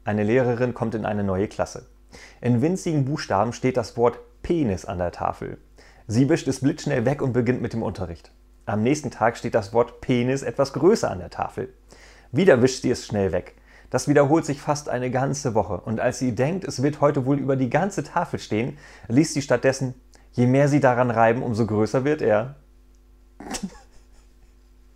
Eine Lehrerin kommt in eine neue Klasse. In winzigen Buchstaben steht das Wort Penis an der Tafel. Sie wischt es blitzschnell weg und beginnt mit dem Unterricht. Am nächsten Tag steht das Wort Penis etwas größer an der Tafel. Wieder wischt sie es schnell weg. Das wiederholt sich fast eine ganze Woche und als sie denkt, es wird heute wohl über die ganze Tafel stehen, liest sie stattdessen: Je mehr Sie daran reiben, umso größer wird er.